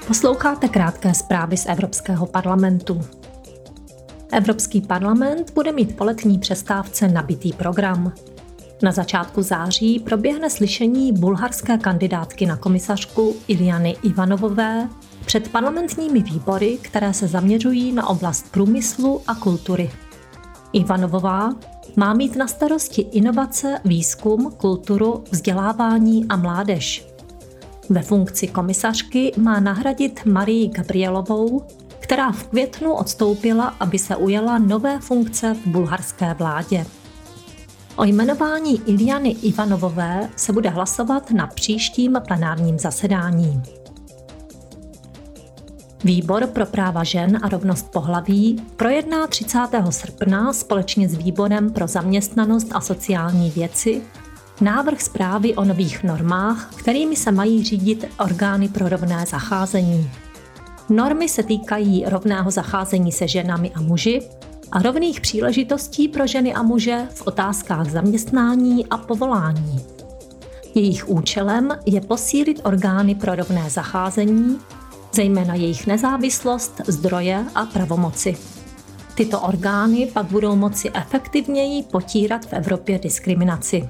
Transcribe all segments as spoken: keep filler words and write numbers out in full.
Posloucháte krátké zprávy z Evropského parlamentu. Evropský parlament bude mít po letní přestávce nabitý program. Na začátku září proběhne slyšení bulharské kandidátky na komisařku Iliany Ivanovové před parlamentními výbory, které se zaměřují na oblast průmyslu a kultury. Ivanovová má mít na starosti inovace, výzkum, kulturu, vzdělávání a mládež. Ve funkci komisařky má nahradit Marii Gabrielovou, která v květnu odstoupila, aby se ujala nové funkce v bulharské vládě. O jmenování Iliany Ivanovové se bude hlasovat na příštím plenárním zasedání. Výbor pro práva žen a rovnost pohlaví projedná třicátého srpna společně s Výborem pro zaměstnanost a sociální věci návrh zprávy o nových normách, kterými se mají řídit orgány pro rovné zacházení. Normy se týkají rovného zacházení se ženami a muži a rovných příležitostí pro ženy a muže v otázkách zaměstnání a povolání. Jejich účelem je posílit orgány pro rovné zacházení, zejména jejich nezávislost, zdroje a pravomoci. Tyto orgány pak budou moci efektivněji potírat v Evropě diskriminaci.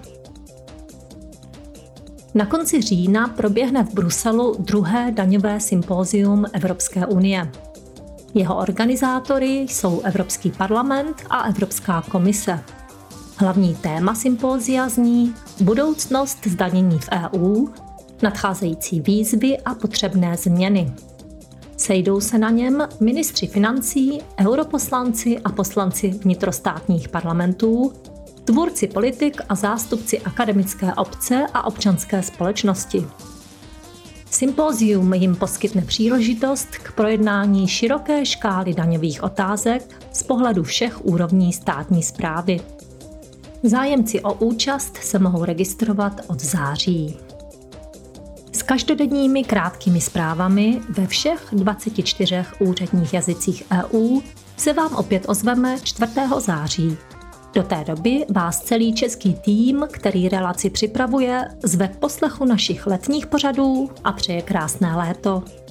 Na konci října proběhne v Bruselu druhé daňové sympózium Evropské unie. Jeho organizátory jsou Evropský parlament a Evropská komise. Hlavní téma sympózia zní budoucnost zdanění v E U, nadcházející výzvy a potřebné změny. Sejdou se na něm ministři financí, europoslanci a poslanci vnitrostátních parlamentů, tvůrci politik a zástupci akademické obce a občanské společnosti. Sympózium jim poskytne příležitost k projednání široké škály daňových otázek z pohledu všech úrovní státní správy. Zájemci o účast se mohou registrovat od září. S každodenními krátkými zprávami ve všech dvaceti čtyřech úředních jazycích E U se vám opět ozveme čtvrtého září. Do té doby vás celý český tým, který relaci připravuje, zve k poslechu našich letních pořadů a přeje krásné léto.